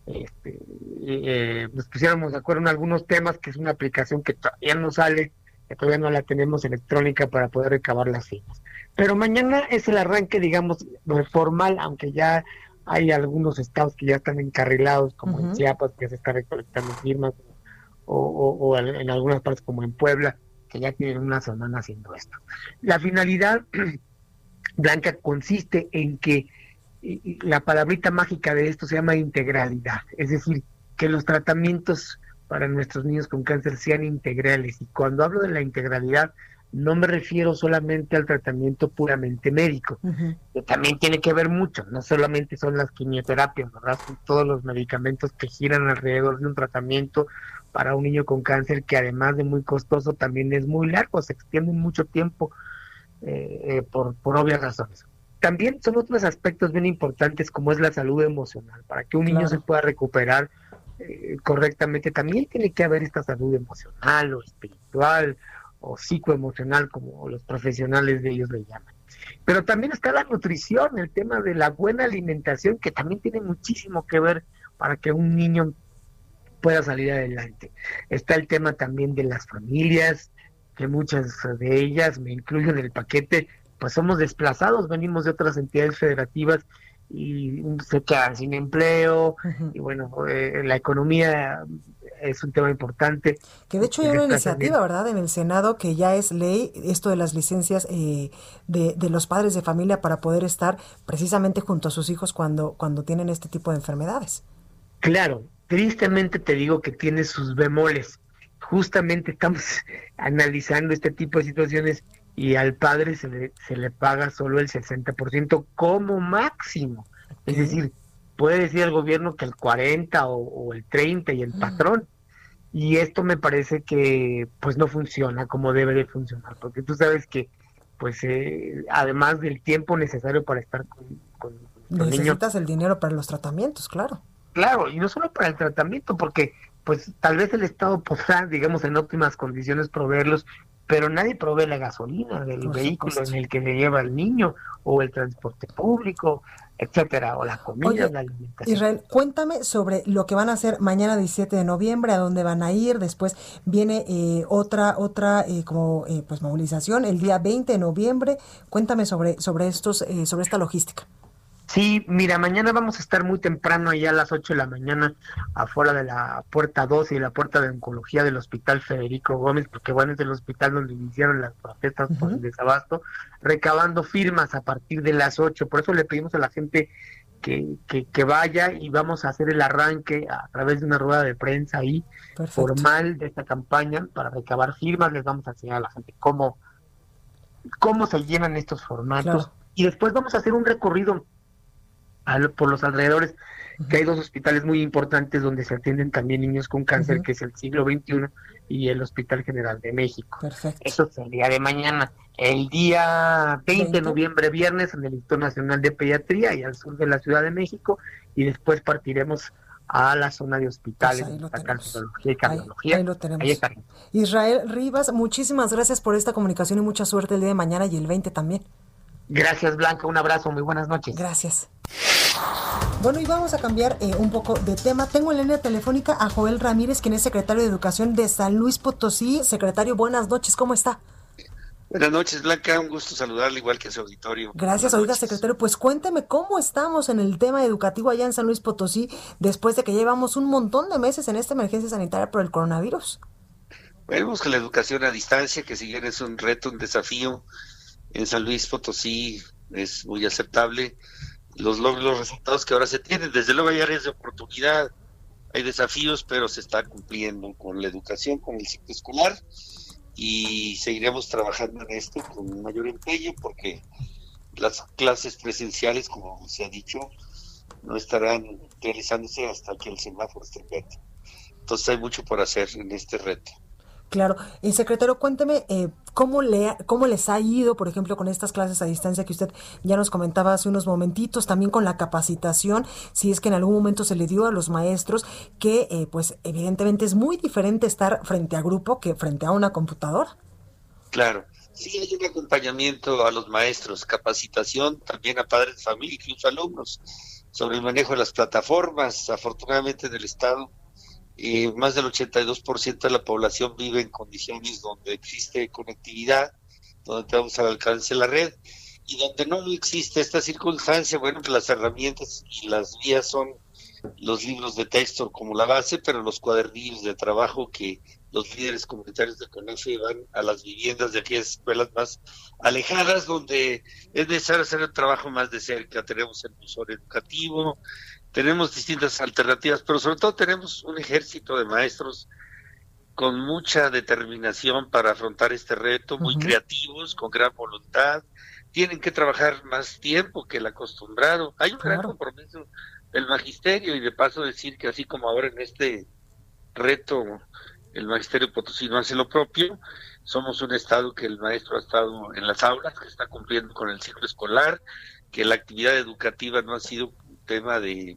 pusiéramos de acuerdo en algunos temas, que es una aplicación que todavía no sale, que todavía no la tenemos electrónica para poder recabar las firmas. Pero mañana es el arranque, digamos, formal, aunque ya hay algunos estados que ya están encarrilados, como en Chiapas, que se está recolectando firmas, o en algunas partes como en Puebla, que ya tienen una semana haciendo esto. La finalidad, Blanca, consiste en que la palabrita mágica de esto se llama integralidad, es decir, que los tratamientos para nuestros niños con cáncer sean integrales. Y cuando hablo de la integralidad, no me refiero solamente al tratamiento puramente médico, que también tiene que ver mucho, no solamente son las quimioterapias, ¿verdad? Son todos los medicamentos que giran alrededor de un tratamiento para un niño con cáncer, que además de muy costoso, también es muy largo, se extiende mucho tiempo por obvias razones. También son otros aspectos bien importantes, como es la salud emocional. Para que un niño se pueda recuperar correctamente, también tiene que haber esta salud emocional o espiritual o psicoemocional, como los profesionales de ellos le llaman. Pero también está la nutrición, el tema de la buena alimentación, que también tiene muchísimo que ver para que un niño pueda salir adelante. Está el tema también de las familias, que muchas de ellas, me incluyo en el paquete, pues somos desplazados, venimos de otras entidades federativas y se quedan sin empleo, y bueno, la economía es un tema importante. Que de hecho hay una iniciativa, ¿verdad?, en el Senado que ya es ley, esto de las licencias de los padres de familia para poder estar precisamente junto a sus hijos cuando tienen este tipo de enfermedades. Claro, tristemente te digo que tiene sus bemoles. Justamente estamos analizando este tipo de situaciones y al padre se le paga solo el 60% como máximo. Es decir, puede decir el gobierno que el 40 o el 30 y el patrón. Y esto me parece que pues no funciona como debe de funcionar, porque tú sabes que pues además del tiempo necesario para estar con los niños, necesitas el dinero para los tratamientos, claro. Claro, y no solo para el tratamiento, porque pues tal vez el Estado podrá, digamos, en óptimas condiciones proveerlos, pero nadie provee la gasolina del vehículo en el que le lleva el niño, o el transporte público, etcétera, o la comida, Oye, la alimentación. Israel, cuéntame sobre lo que van a hacer mañana 17 de noviembre, a dónde van a ir. Después viene otra pues movilización el día 20 de noviembre. Cuéntame sobre esta logística. Sí, mira, mañana vamos a estar muy temprano, allá a las 8 de la mañana, afuera de la puerta 12 y la puerta de oncología del Hospital Federico Gómez, porque bueno, es el hospital donde iniciaron las protestas por el desabasto, recabando firmas a partir de las 8. Por eso le pedimos a la gente que vaya, y vamos a hacer el arranque a través de una rueda de prensa ahí, formal, de esta campaña para recabar firmas. Les vamos a enseñar a la gente cómo se llenan estos formatos, y después vamos a hacer un recorrido por los alrededores, que hay 2 hospitales muy importantes donde se atienden también niños con cáncer, que es el Siglo XXI y el Hospital General de México. Perfecto. Eso es el día de mañana. El día 20 de noviembre, viernes, en el Instituto Nacional de Pediatría y al sur de la Ciudad de México, y después partiremos a la zona de hospitales, Pues de cardiología y cardiología. Ahí lo tenemos. Ahí estaremos. Israel Rivas, muchísimas gracias por esta comunicación y mucha suerte el día de mañana y el 20 también. Gracias, Blanca, un abrazo, muy buenas noches. Gracias. Bueno, y vamos a cambiar un poco de tema. Tengo en línea telefónica a Joel Ramírez, quien es secretario de Educación de San Luis Potosí. Secretario, buenas noches, ¿cómo está? Buenas noches, Blanca, un gusto saludarle igual que a su auditorio. Gracias, oiga, secretario, pues cuénteme cómo estamos en el tema educativo allá en San Luis Potosí, después de que llevamos un montón de meses en esta emergencia sanitaria por el coronavirus. Vemos que la educación a distancia, que si bien es un reto, un desafío, en San Luis Potosí es muy aceptable. Los resultados que ahora se tienen, desde luego hay áreas de oportunidad, hay desafíos, pero se está cumpliendo con la educación, con el ciclo escolar, y seguiremos trabajando en esto con mayor empeño, porque las clases presenciales, como se ha dicho, no estarán realizándose hasta que el semáforo esté verde. Entonces hay mucho por hacer en este reto. Claro. Secretario, cuénteme cómo les ha ido, por ejemplo, con estas clases a distancia que usted ya nos comentaba hace unos momentitos, también con la capacitación, si es que en algún momento se le dio a los maestros que, pues, evidentemente es muy diferente estar frente a grupo que frente a una computadora. Claro. Sí, hay un acompañamiento a los maestros, capacitación también a padres de familia, incluso alumnos, sobre el manejo de las plataformas. Afortunadamente en el estado, más del 82% de la población vive en condiciones donde existe conectividad, donde tenemos al alcance de la red, y donde no existe esta circunstancia, bueno, pues las herramientas y las vías son los libros de texto como la base, pero los cuadernillos de trabajo que los líderes comunitarios de CONAFE van a las viviendas de aquellas escuelas más alejadas, donde es necesario hacer el trabajo más de cerca. Tenemos el buzón educativo, tenemos distintas alternativas, pero sobre todo tenemos un ejército de maestros con mucha determinación para afrontar este reto, muy creativos, con gran voluntad. Tienen que trabajar más tiempo que el acostumbrado. Hay un gran compromiso del magisterio, y de paso decir que así como ahora en este reto el magisterio potosino hace lo propio, somos un estado que el maestro ha estado en las aulas, que está cumpliendo con el ciclo escolar, que la actividad educativa no ha sido un tema de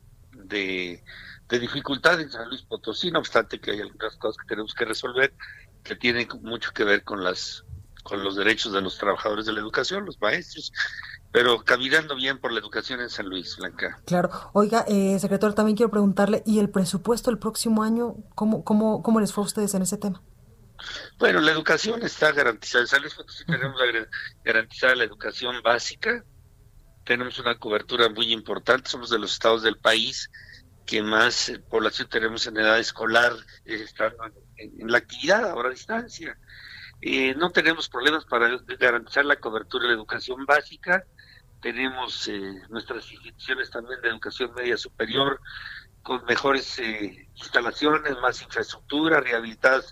dificultad en San Luis Potosí, no obstante que hay algunas cosas que tenemos que resolver que tienen mucho que ver con los derechos de los trabajadores de la educación, los maestros, pero caminando bien por la educación en San Luis, Blanca. Claro. Oiga, secretario, también quiero preguntarle, ¿y el presupuesto el próximo año, cómo les fue a ustedes en ese tema? Bueno, la educación está garantizada. En San Luis Potosí tenemos garantizada la educación básica. Tenemos una cobertura muy importante. Somos de los estados del país que más población tenemos en edad escolar, estando en la actividad ahora a distancia. No tenemos problemas para garantizar la cobertura de la educación básica. Tenemos nuestras instituciones también de educación media superior con mejores instalaciones, más infraestructura, rehabilitadas.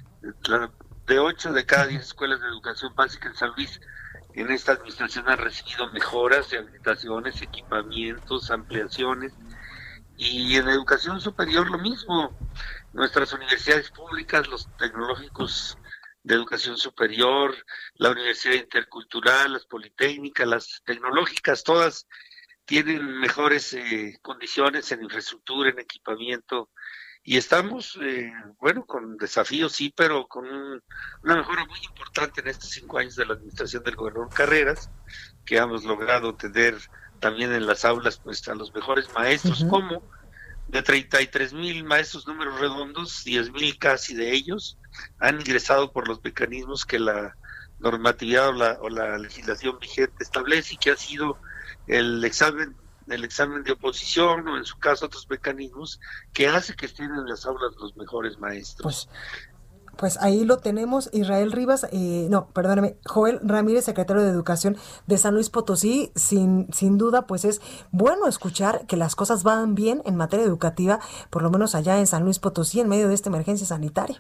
De 8 de cada 10 escuelas de educación básica en San Luis en esta administración han recibido mejoras, rehabilitaciones, equipamientos, ampliaciones. Y en educación superior lo mismo. Nuestras universidades públicas, los tecnológicos de educación superior, la Universidad Intercultural, las politécnicas, las tecnológicas, todas tienen mejores condiciones en infraestructura, en equipamiento, y estamos, con desafíos, sí, pero con una mejora muy importante en estos 5 años de la administración del gobernador Carreras, que hemos logrado tener también en las aulas pues a los mejores maestros, como de 33,000 maestros, números redondos, 10,000 casi de ellos han ingresado por los mecanismos que la normatividad o la legislación vigente establece, y que ha sido el examen de oposición, o en su caso otros mecanismos que hace que estén en las aulas los mejores maestros. Pues ahí lo tenemos. Israel Rivas, Joel Ramírez, secretario de Educación de San Luis Potosí. Sin duda, pues es bueno escuchar que las cosas van bien en materia educativa, por lo menos allá en San Luis Potosí, en medio de esta emergencia sanitaria.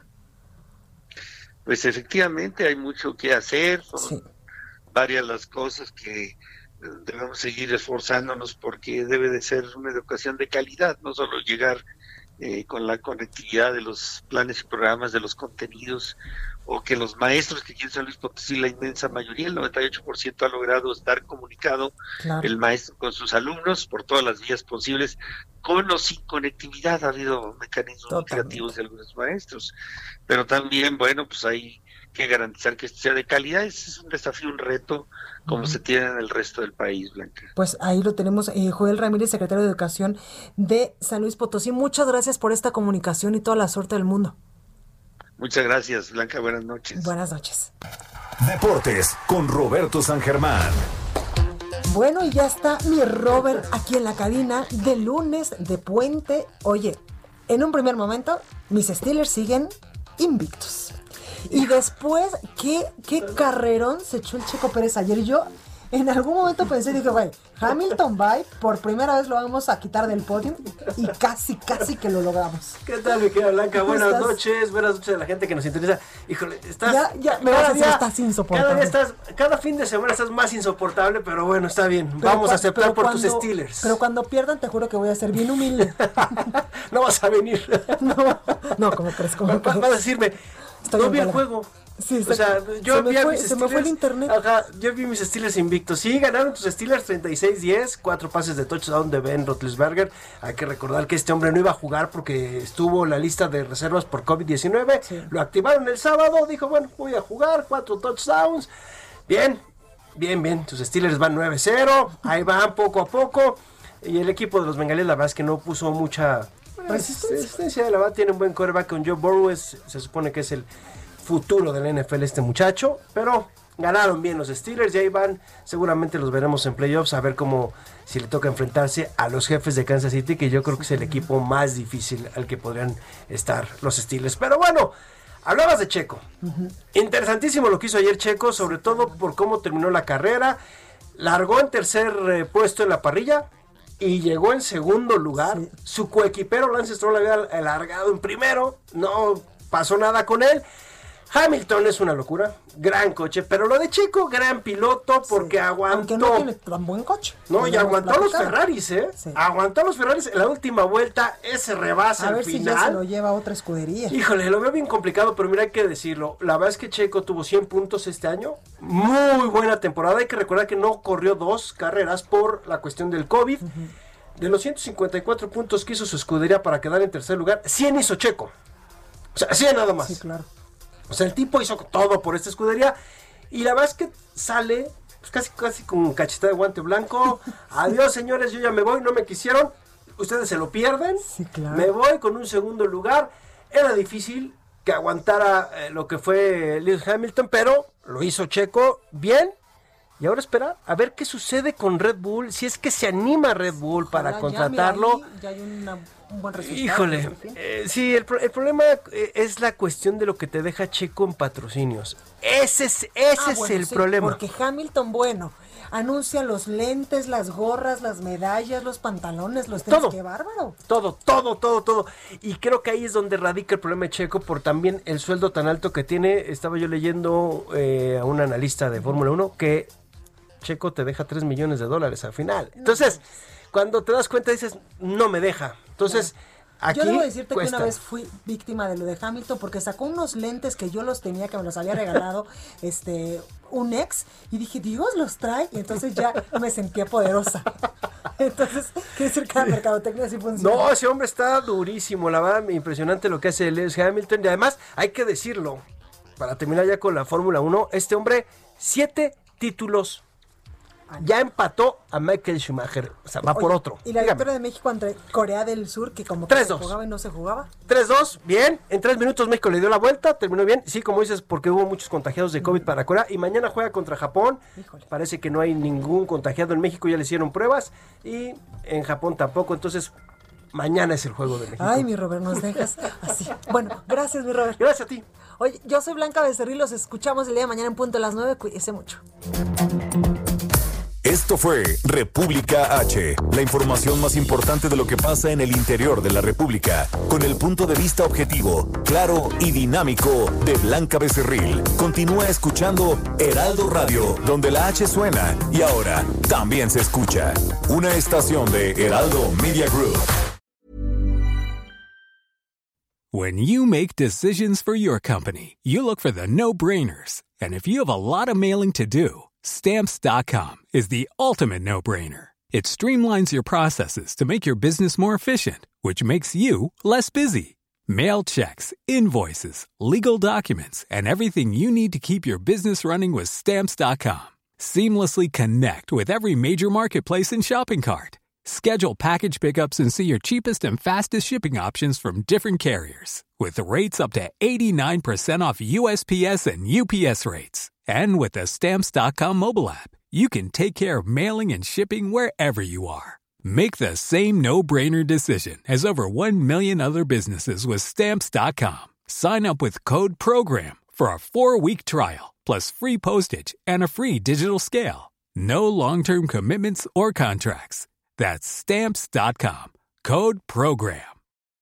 Pues efectivamente hay mucho que hacer, son varias las cosas que debemos seguir esforzándonos, porque debe de ser una educación de calidad, no solo llegar con la conectividad de los planes y programas, de los contenidos, o que los maestros que aquí en San Luis Potosí, la inmensa mayoría, el 98% ha logrado estar comunicado, el maestro con sus alumnos por todas las vías posibles, con o sin conectividad. Ha habido mecanismos muy creativos de algunos maestros, pero también, pues hay que garantizar que esto sea de calidad. Ese es un desafío, un reto, como se tiene en el resto del país, Blanca. Pues ahí lo tenemos, Joel Ramírez, secretario de Educación de San Luis Potosí. Muchas gracias por esta comunicación y toda la suerte del mundo. Muchas gracias, Blanca. Buenas noches. Buenas noches. Deportes con Roberto San Germán. Bueno, y ya está mi Robert aquí en la cabina de lunes de puente. Oye, en un primer momento, mis Steelers siguen invictos. Y después, ¿qué carrerón se echó el Checo Pérez ayer? Y yo en algún momento pensé, dije, güey, Hamilton bye, por primera vez lo vamos a quitar del podio, y casi que lo logramos. ¿Qué tal, mi querida Blanca? Buenas noches a la gente que nos interesa. Híjole, estás... estás insoportable. Cada fin de semana estás más insoportable, pero bueno, está bien. Vamos a aceptar por tus Steelers. Pero cuando pierdan, te juro que voy a ser bien humilde. No vas a venir. No, ¿cómo crees? Vas a decirme... No vi el juego. Sí, o sea, yo vi a mis Steelers. Se me fue el internet. Ajá, yo vi mis Steelers invictos. Sí, ganaron tus Steelers 36-10, 4 pases de touchdown de Ben Roethlisberger. Hay que recordar que este hombre no iba a jugar porque estuvo en la lista de reservas por COVID-19. Sí. Lo activaron el sábado, dijo, bueno, voy a jugar, 4 touchdowns. Bien. Tus Steelers van 9-0, ahí van poco a poco. Y el equipo de los bengalíes, la verdad es que no puso mucha resistencia. La verdad, tiene un buen quarterback con Joe Burrow. Se supone que es el futuro del NFL este muchacho, pero ganaron bien los Steelers y ahí van. Seguramente los veremos en playoffs, a ver cómo, si le toca enfrentarse a los Jefes de Kansas City, que yo creo que es el equipo más difícil al que podrían estar los Steelers. Pero bueno, hablabas de Checo. Interesantísimo lo que hizo ayer Checo, sobre todo por cómo terminó la carrera. Largó en tercer puesto en la parrilla y llegó en segundo lugar. Su coequipero Lance Stroll había largado en primero, no pasó nada con él. Hamilton es una locura, gran coche, pero lo de Checo, gran piloto, porque aguantó. Aunque no tiene tan buen coche. No, y aguantó a los Ferraris, Sí. Aguantó a los Ferraris en la última vuelta, ese rebase al final. A ver si ya se lo lleva a otra escudería. Híjole, lo veo bien complicado, pero mira, hay que decirlo. La verdad es que Checo tuvo 100 puntos este año, muy buena temporada. Hay que recordar que no corrió 2 carreras por la cuestión del COVID. De los 154 puntos que hizo su escudería para quedar en tercer lugar, 100 hizo Checo. O sea, 100 nada más. Sí, claro. O sea, el tipo hizo todo por esta escudería y la verdad es que sale pues casi con cachetada de guante blanco. Adiós, señores, yo ya me voy, no me quisieron. Ustedes se lo pierden. Sí, claro. Me voy con un segundo lugar. Era difícil que aguantara lo que fue Lewis Hamilton, pero lo hizo Checo bien. Y ahora esperar a ver qué sucede con Red Bull, si es que se anima Red Bull para contratarlo. Ya hay un buen resultado. Híjole, sí, el problema es la cuestión de lo que te deja Checo en patrocinios. Ese es el problema. Porque Hamilton, bueno, anuncia los lentes, las gorras, las medallas, los pantalones, los tenis. ¡Qué bárbaro! Todo. Y creo que ahí es donde radica el problema de Checo, por también el sueldo tan alto que tiene. Estaba yo leyendo a un analista de Fórmula 1 que Checo te deja $3 millones al final. Entonces, cuando te das cuenta dices, no me deja. Entonces, aquí yo debo decirte cuesta. que una vez fui víctima de lo de Hamilton porque sacó unos lentes que yo los tenía, que me los había regalado un ex, y dije, Dios los trae, y entonces ya me sentía poderosa. Entonces, quiere decir que la mercadotecnia sí funciona. No, ese hombre está durísimo, la verdad, impresionante lo que hace Lewis Hamilton, y además, hay que decirlo, para terminar ya con la Fórmula 1, este hombre, 7 títulos. Ya empató a Michael Schumacher, o sea, va por otro. Y la victoria de México ante Corea del Sur, que como que se jugaba y no se jugaba. 3-2, bien, en 3 minutos México le dio la vuelta, terminó bien, sí, como dices, porque hubo muchos contagiados de COVID para Corea, y mañana juega contra Japón. Híjole. Parece que no hay ningún contagiado en México, ya le hicieron pruebas, y en Japón tampoco, entonces mañana es el juego de México. Ay, mi Robert, nos dejas así. Bueno, gracias, mi Robert. Gracias a ti. Oye, yo soy Blanca Becerril, los escuchamos el día de mañana en punto de las 9, cuídese mucho. Esto fue República H, la información más importante de lo que pasa en el interior de la República, con el punto de vista objetivo, claro y dinámico de Blanca Becerril. Continúa escuchando Heraldo Radio, donde la H suena y ahora también se escucha. Una estación de Heraldo Media Group. When you make decisions for your company, you look for the no-brainers. And if you have a lot of mailing to do, Stamps.com is the ultimate no-brainer. It streamlines your processes to make your business more efficient, which makes you less busy. Mail checks, invoices, legal documents, and everything you need to keep your business running with Stamps.com. Seamlessly connect with every major marketplace and shopping cart. Schedule package pickups and see your cheapest and fastest shipping options from different carriers, with rates up to 89% off USPS and UPS rates. And with the Stamps.com mobile app, you can take care of mailing and shipping wherever you are. Make the same no-brainer decision as over 1 million other businesses with Stamps.com. Sign up with code PROGRAM for a 4-week trial, plus free postage and a free digital scale. No long-term commitments or contracts. That's Stamps.com. Code PROGRAM.